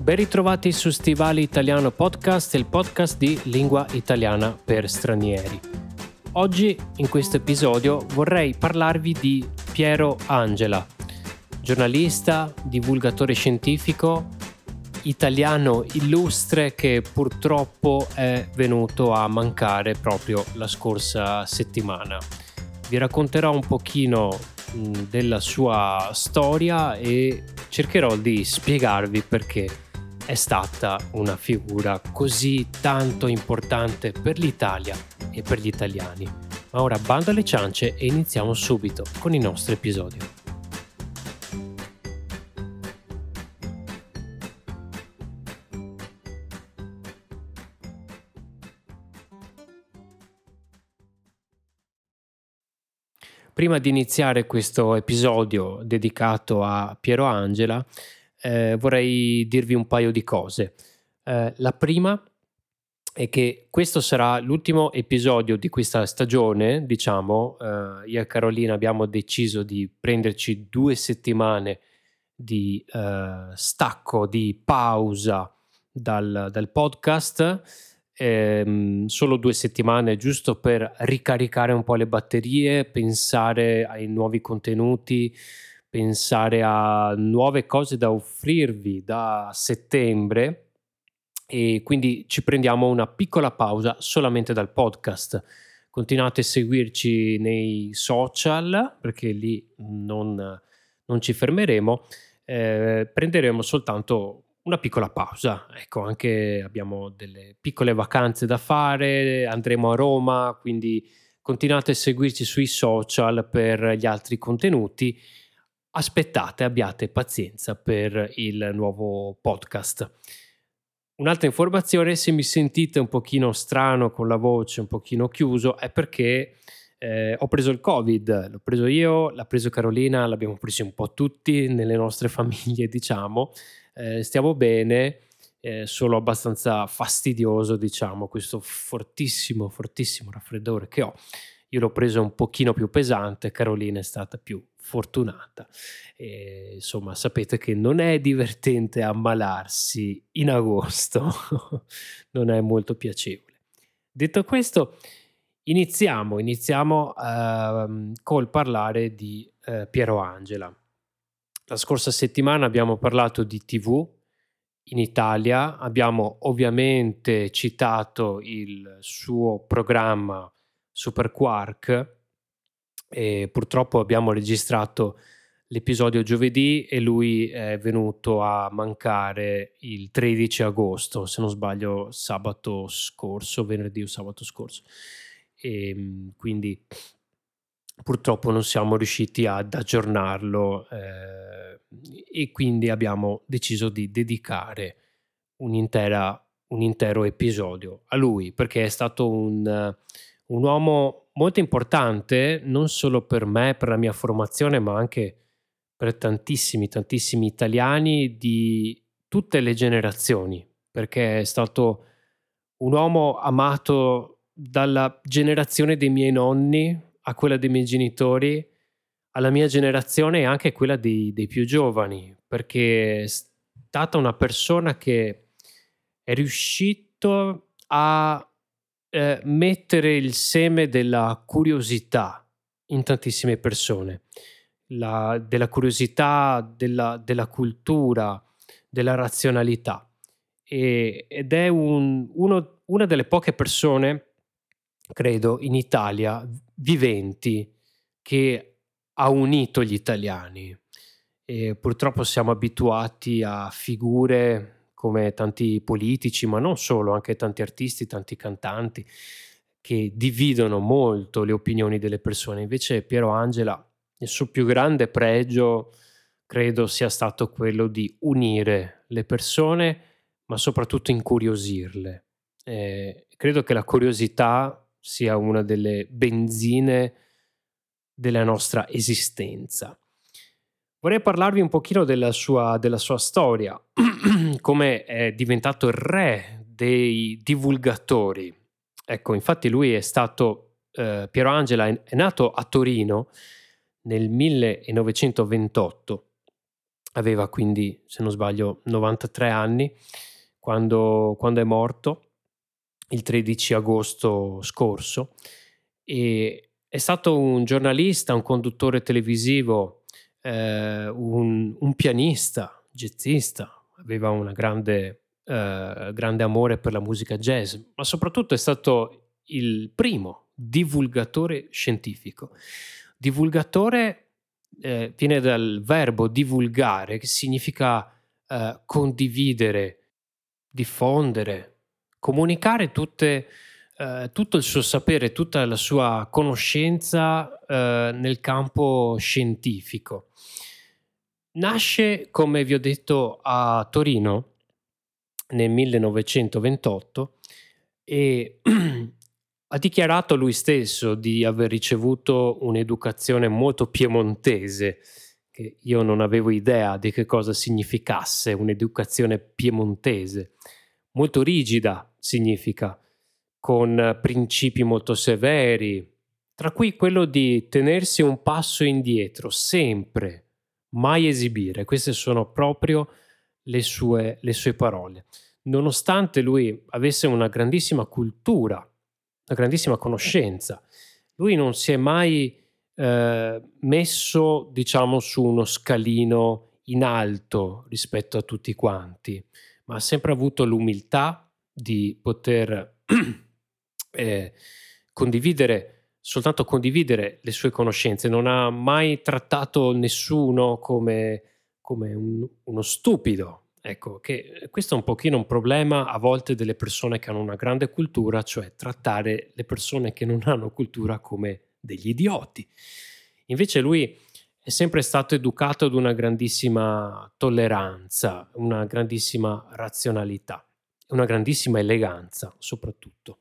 Ben ritrovati su Stivali Italiano Podcast, il podcast di lingua italiana per stranieri. Oggi, in questo episodio, vorrei parlarvi di Piero Angela, giornalista, divulgatore scientifico, italiano illustre che purtroppo è venuto a mancare proprio la scorsa settimana. Vi racconterò un pochino della sua storia e cercherò di spiegarvi perché è stata una figura così tanto importante per l'Italia e per gli italiani. Ma ora bando alle ciance e iniziamo subito con il nostro episodio. Prima di iniziare questo episodio dedicato a Piero Angela, vorrei dirvi un paio di cose. La prima è che questo sarà l'ultimo episodio di questa stagione, diciamo. Io e Carolina abbiamo deciso di prenderci 2 settimane di stacco, di pausa dal podcast. Solo 2 settimane giusto per ricaricare un po' le batterie, pensare ai nuovi contenuti, pensare a nuove cose da offrirvi da settembre, e quindi ci prendiamo una piccola pausa solamente dal podcast. Continuate a seguirci nei social perché lì non ci fermeremo. Prenderemo soltanto una piccola pausa, ecco, anche abbiamo delle piccole vacanze da fare, andremo a Roma, quindi continuate a seguirci sui social per gli altri contenuti. Aspettate, abbiate pazienza per il nuovo podcast. Un'altra informazione: se mi sentite un pochino strano con la voce, un pochino chiuso, è perché ho preso il Covid. L'ho preso io, l'ha preso Carolina, l'abbiamo preso un po' tutti nelle nostre famiglie, diciamo. Stiamo bene, solo abbastanza fastidioso, diciamo, questo fortissimo raffreddore che ho. Io l'ho preso un pochino più pesante, Carolina è stata più fortunata. E, insomma, sapete che non è divertente ammalarsi in agosto, non è molto piacevole. Detto questo, iniziamo col parlare di Piero Angela. La scorsa settimana abbiamo parlato di TV in Italia, abbiamo ovviamente citato il suo programma Super Quark e purtroppo abbiamo registrato l'episodio giovedì e lui è venuto a mancare il 13 agosto, se non sbaglio sabato scorso, venerdì o sabato scorso. Quindi purtroppo non siamo riusciti ad aggiornarlo, e quindi abbiamo deciso di dedicare un intero episodio a lui, perché è stato un uomo molto importante, non solo per me, per la mia formazione, ma anche per tantissimi italiani di tutte le generazioni, perché è stato un uomo amato dalla generazione dei miei nonni a quella dei miei genitori, alla mia generazione e anche quella dei più giovani, perché è stata una persona che è riuscito a mettere il seme della curiosità in tantissime persone, della curiosità, della cultura, della razionalità. Ed è una delle poche persone, credo, in Italia viventi che ha unito gli italiani. E purtroppo siamo abituati a figure come tanti politici, ma non solo, anche tanti artisti, tanti cantanti, che dividono molto le opinioni delle persone. Invece Piero Angela, il suo più grande pregio, credo sia stato quello di unire le persone, ma soprattutto incuriosirle. Credo che la curiosità sia una delle benzine della nostra esistenza. Vorrei parlarvi un pochino della sua storia, come è diventato il re dei divulgatori. Ecco, infatti lui è stato, Piero Angela è nato a Torino nel 1928 aveva quindi, se non sbaglio, 93 anni quando è morto il 13 agosto scorso. E è stato un giornalista, un conduttore televisivo, un pianista, jazzista, aveva una grande amore per la musica jazz, ma soprattutto è stato il primo divulgatore scientifico. Divulgatore, viene dal verbo divulgare, che significa, condividere, diffondere, comunicare tutto il suo sapere, tutta la sua conoscenza, nel campo scientifico. Nasce, come vi ho detto, a Torino nel 1928 e ha dichiarato lui stesso di aver ricevuto un'educazione molto piemontese, che io non avevo idea di che cosa significasse un'educazione piemontese. Molto rigida significa, con principi molto severi, tra cui quello di tenersi un passo indietro, sempre, mai esibire. Queste sono proprio le sue parole. Nonostante lui avesse una grandissima cultura, una grandissima conoscenza, lui non si è mai messo, diciamo, su uno scalino in alto rispetto a tutti quanti, ma ha sempre avuto l'umiltà di poter eh, soltanto condividere le sue conoscenze. Non ha mai trattato nessuno come uno stupido. Ecco, che questo è un pochino un problema a volte delle persone che hanno una grande cultura, cioè trattare le persone che non hanno cultura come degli idioti. Invece lui è sempre stato educato ad una grandissima tolleranza, una grandissima razionalità, una grandissima eleganza soprattutto.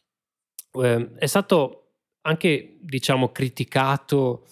È stato anche, diciamo, criticato,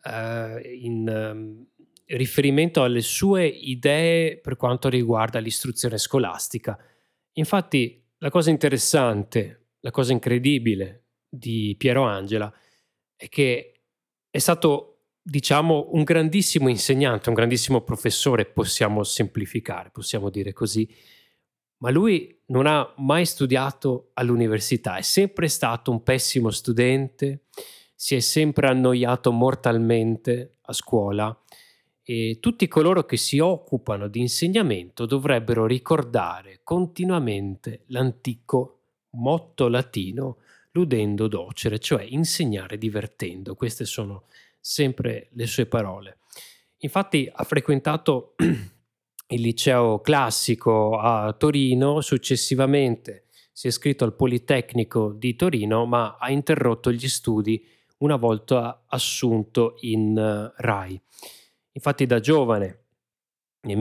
in riferimento alle sue idee per quanto riguarda l'istruzione scolastica. Infatti la cosa interessante, la cosa incredibile di Piero Angela è che è stato, diciamo, un grandissimo insegnante, un grandissimo professore, possiamo semplificare, possiamo dire così, ma lui non ha mai studiato all'università, è sempre stato un pessimo studente, si è sempre annoiato mortalmente a scuola e tutti coloro che si occupano di insegnamento dovrebbero ricordare continuamente l'antico motto latino ludendo docere, cioè insegnare divertendo. Queste sono sempre le sue parole. Infatti ha frequentato il liceo classico a Torino, successivamente si è iscritto al Politecnico di Torino, ma ha interrotto gli studi una volta assunto in RAI. Infatti da giovane, nel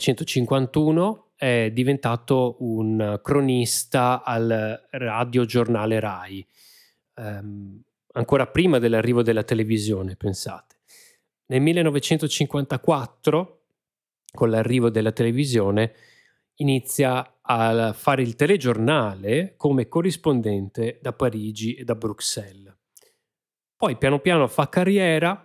1951, è diventato un cronista al radiogiornale RAI, ancora prima dell'arrivo della televisione, pensate. Nel 1954, con l'arrivo della televisione, inizia a fare il telegiornale come corrispondente da Parigi e da Bruxelles. Poi piano piano fa carriera,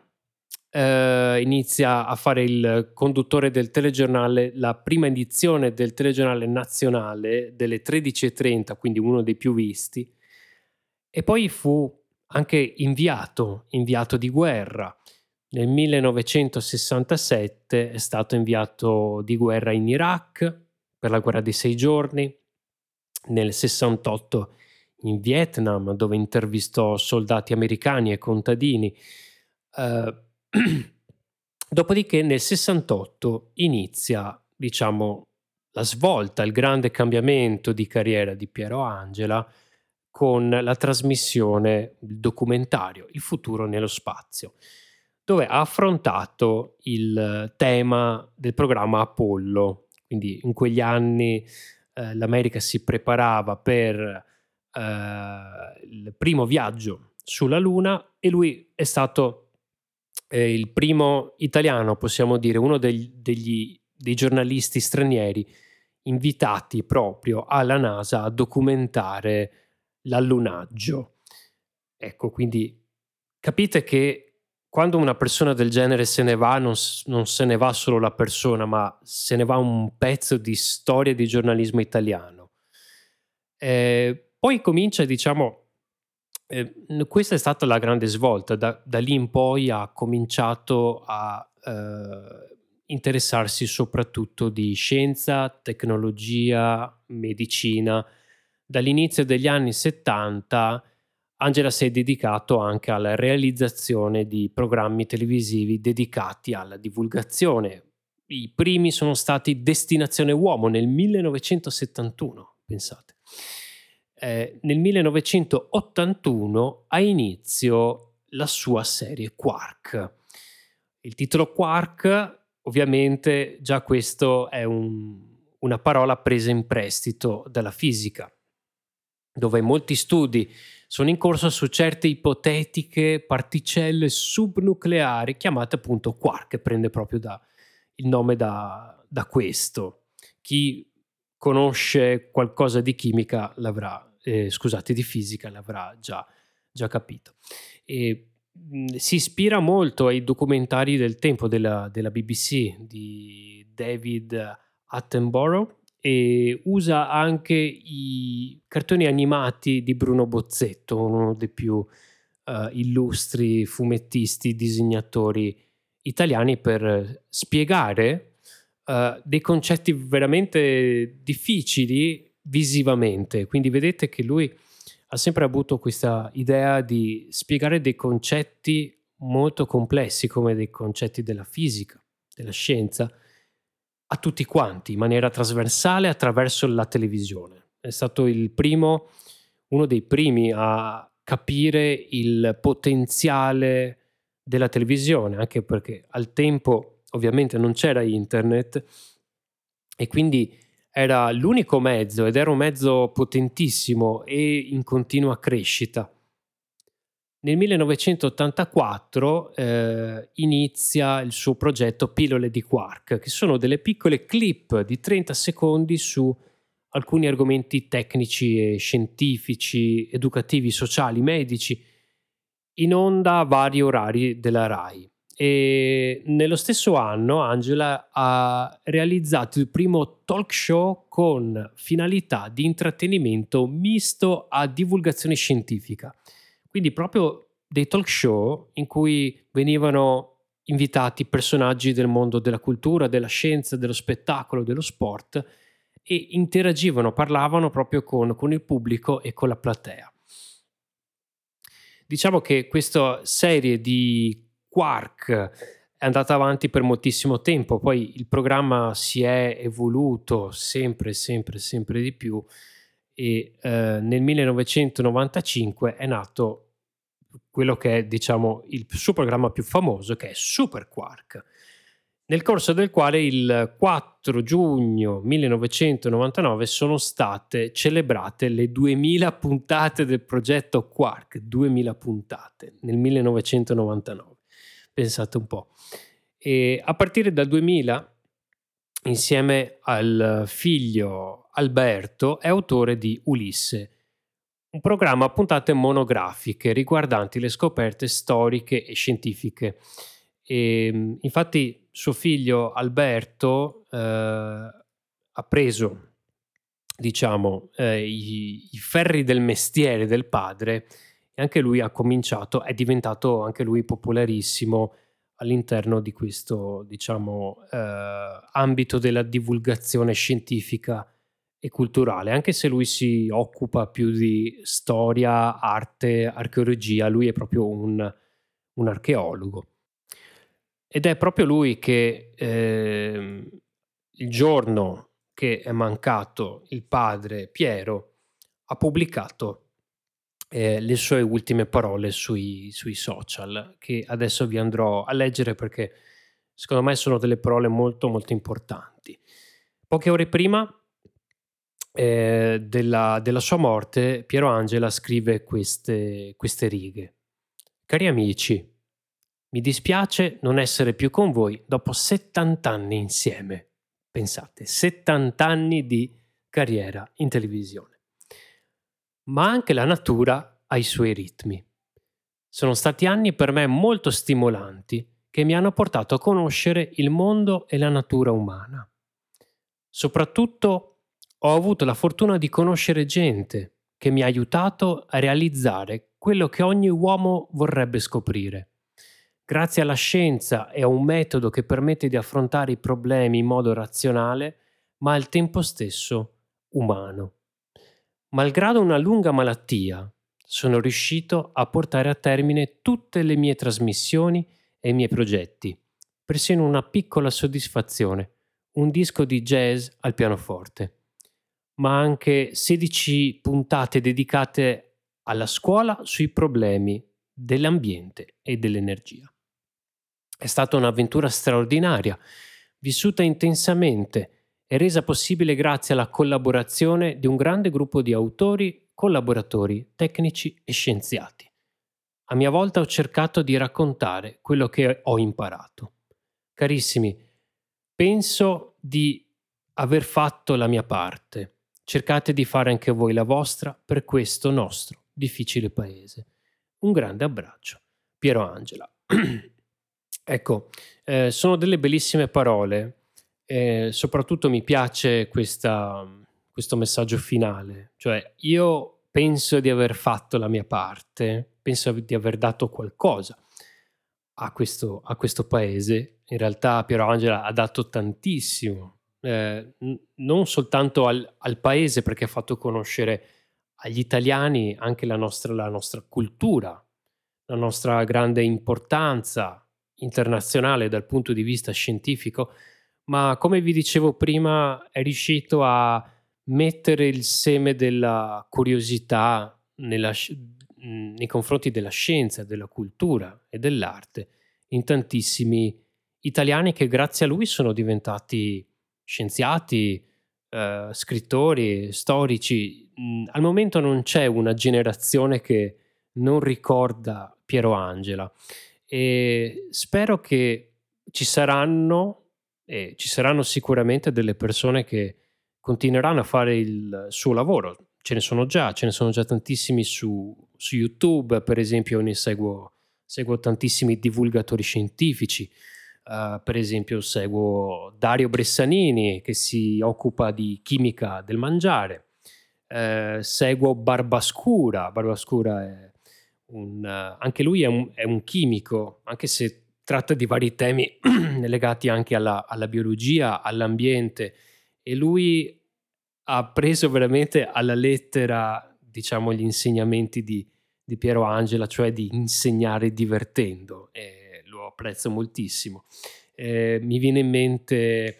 inizia a fare il conduttore del telegiornale, la prima edizione del telegiornale nazionale delle 13:30, quindi uno dei più visti, e poi fu anche inviato di guerra. Nel 1967 è stato inviato di guerra in Iraq per la guerra dei 6 giorni, nel 68 in Vietnam, dove intervistò soldati americani e contadini. Eh, Dopodiché nel 68 inizia, diciamo, la svolta, il grande cambiamento di carriera di Piero Angela con la trasmissione, il documentario Il futuro nello spazio, dove ha affrontato il tema del programma Apollo. Quindi in quegli anni l'America si preparava per il primo viaggio sulla Luna e lui è stato il primo italiano, possiamo dire, uno dei giornalisti stranieri invitati proprio alla NASA a documentare l'allunaggio. Ecco, quindi capite che quando una persona del genere se ne va, non se ne va solo la persona, ma se ne va un pezzo di storia di giornalismo italiano. Poi comincia, diciamo, questa è stata la grande svolta. Da lì in poi ha cominciato a interessarsi soprattutto di scienza, tecnologia, medicina. Dall'inizio degli anni 70 Angela si è dedicato anche alla realizzazione di programmi televisivi dedicati alla divulgazione. I primi sono stati Destinazione Uomo nel 1971, pensate. Nel 1981 ha inizio la sua serie Quark. Il titolo Quark, ovviamente, già questo è una parola presa in prestito dalla fisica, dove molti studi sono in corso su certe ipotetiche particelle subnucleari chiamate appunto quark, che prende proprio il nome da questo. Chi conosce qualcosa di chimica di fisica l'avrà già capito. Si ispira molto ai documentari del tempo della BBC di David Attenborough, e usa anche i cartoni animati di Bruno Bozzetto, uno dei più illustri fumettisti, disegnatori italiani, per spiegare dei concetti veramente difficili visivamente. Quindi vedete che lui ha sempre avuto questa idea di spiegare dei concetti molto complessi, come dei concetti della fisica, della scienza, a tutti quanti, in maniera trasversale attraverso la televisione. È stato uno dei primi a capire il potenziale della televisione, anche perché al tempo ovviamente non c'era internet e quindi era l'unico mezzo, ed era un mezzo potentissimo e in continua crescita. Nel 1984 inizia il suo progetto Pillole di Quark, che sono delle piccole clip di 30 secondi su alcuni argomenti tecnici e scientifici, educativi, sociali, medici, in onda a vari orari della RAI. E nello stesso anno Angela ha realizzato il primo talk show con finalità di intrattenimento misto a divulgazione scientifica. Quindi proprio dei talk show in cui venivano invitati personaggi del mondo della cultura, della scienza, dello spettacolo, dello sport, e interagivano, parlavano proprio con il pubblico e con la platea. Diciamo che questa serie di Quark è andata avanti per moltissimo tempo, poi il programma si è evoluto sempre di più, e nel 1995 è nato quello che è, diciamo, il suo programma più famoso, che è Super Quark, nel corso del quale il 4 giugno 1999 sono state celebrate le 2000 puntate del progetto Quark, 2000 puntate nel 1999. Pensate un po'. E a partire dal 2000, insieme al figlio Alberto, è autore di Ulisse, un programma a puntate monografiche riguardanti le scoperte storiche e scientifiche. Infatti suo figlio Alberto ha preso, diciamo, i ferri del mestiere del padre, e anche lui ha cominciato, è diventato anche lui popolarissimo all'interno di questo, diciamo, ambito della divulgazione scientifica e culturale, anche se lui si occupa più di storia, arte, archeologia. Lui è proprio un archeologo. Ed è proprio lui che il giorno che è mancato il padre Piero ha pubblicato le sue ultime parole sui social, che adesso vi andrò a leggere perché secondo me sono delle parole molto molto importanti. Poche ore prima della sua morte, Piero Angela scrive queste righe: cari amici, mi dispiace non essere più con voi dopo 70 anni insieme. Pensate, 70 anni di carriera in televisione. Ma anche la natura ha i suoi ritmi. Sono stati anni per me molto stimolanti che mi hanno portato a conoscere il mondo e la natura umana. Soprattutto ho avuto la fortuna di conoscere gente che mi ha aiutato a realizzare quello che ogni uomo vorrebbe scoprire. Grazie alla scienza e a un metodo che permette di affrontare i problemi in modo razionale, ma al tempo stesso umano. Malgrado una lunga malattia, sono riuscito a portare a termine tutte le mie trasmissioni e i miei progetti, persino una piccola soddisfazione, un disco di jazz al pianoforte, ma anche 16 puntate dedicate alla scuola sui problemi dell'ambiente e dell'energia. È stata un'avventura straordinaria, vissuta intensamente e resa possibile grazie alla collaborazione di un grande gruppo di autori, collaboratori, tecnici e scienziati. A mia volta ho cercato di raccontare quello che ho imparato. Carissimi, penso di aver fatto la mia parte. Cercate di fare anche voi la vostra per questo nostro difficile paese. Un grande abbraccio. Piero Angela. Ecco, sono delle bellissime parole. Soprattutto mi piace questo messaggio finale. Cioè, io penso di aver fatto la mia parte, penso di aver dato qualcosa a questo paese. In realtà Piero Angela ha dato tantissimo, non soltanto al paese, perché ha fatto conoscere agli italiani anche la nostra cultura, la nostra grande importanza internazionale dal punto di vista scientifico, ma come vi dicevo prima è riuscito a mettere il seme della curiosità nei confronti della scienza, della cultura e dell'arte in tantissimi italiani che grazie a lui sono diventati scienziati, scrittori, storici. Al momento non c'è una generazione che non ricorda Piero Angela e spero che ci saranno sicuramente delle persone che continueranno a fare il suo lavoro. Ce ne sono già tantissimi su YouTube, per esempio. Ne seguo tantissimi divulgatori scientifici. Per esempio seguo Dario Bressanini che si occupa di chimica del mangiare. Seguo Barbascura è anche lui è un chimico, anche se tratta di vari temi legati anche alla biologia, all'ambiente, e lui ha preso veramente alla lettera, diciamo, gli insegnamenti di Piero Angela, cioè di insegnare divertendo, e lo apprezzo moltissimo. Mi viene in mente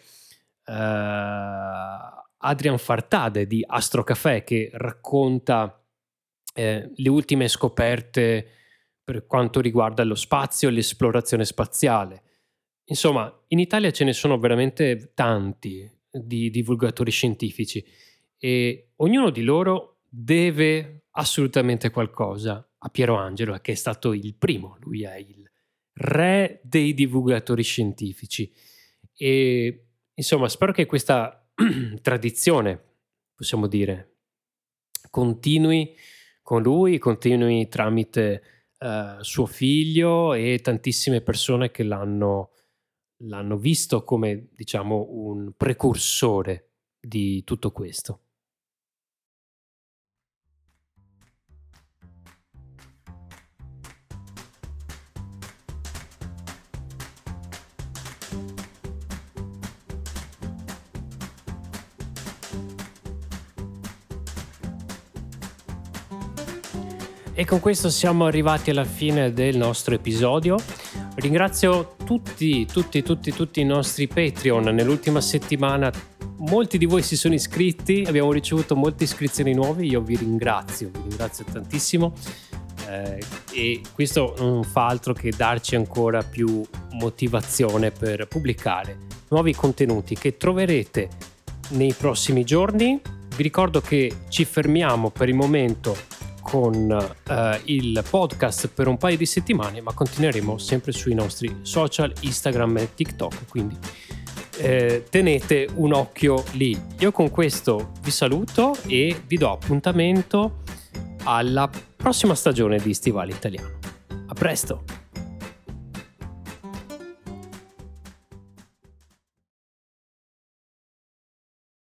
Adrian Fartade di Astrocafè, che racconta le ultime scoperte per quanto riguarda lo spazio e l'esplorazione spaziale. Insomma, in Italia ce ne sono veramente tanti di divulgatori scientifici e ognuno di loro deve assolutamente qualcosa a Piero Angela, che è stato il primo. Lui è il re dei divulgatori scientifici e insomma spero che questa tradizione, possiamo dire, continui con lui, continui tramite suo figlio e tantissime persone che l'hanno visto come, diciamo, un precursore di tutto questo. E con questo siamo arrivati alla fine del nostro episodio. Ringrazio tutti i nostri Patreon. Nell'ultima settimana molti di voi si sono iscritti, abbiamo ricevuto molte iscrizioni nuove, io vi ringrazio tantissimo e questo non fa altro che darci ancora più motivazione per pubblicare nuovi contenuti che troverete nei prossimi giorni. Vi ricordo che ci fermiamo per il momento con il podcast per un paio di settimane, ma continueremo sempre sui nostri social, Instagram e TikTok, quindi tenete un occhio lì. Io con questo vi saluto e vi do appuntamento alla prossima stagione di Stivale Italiano. A presto!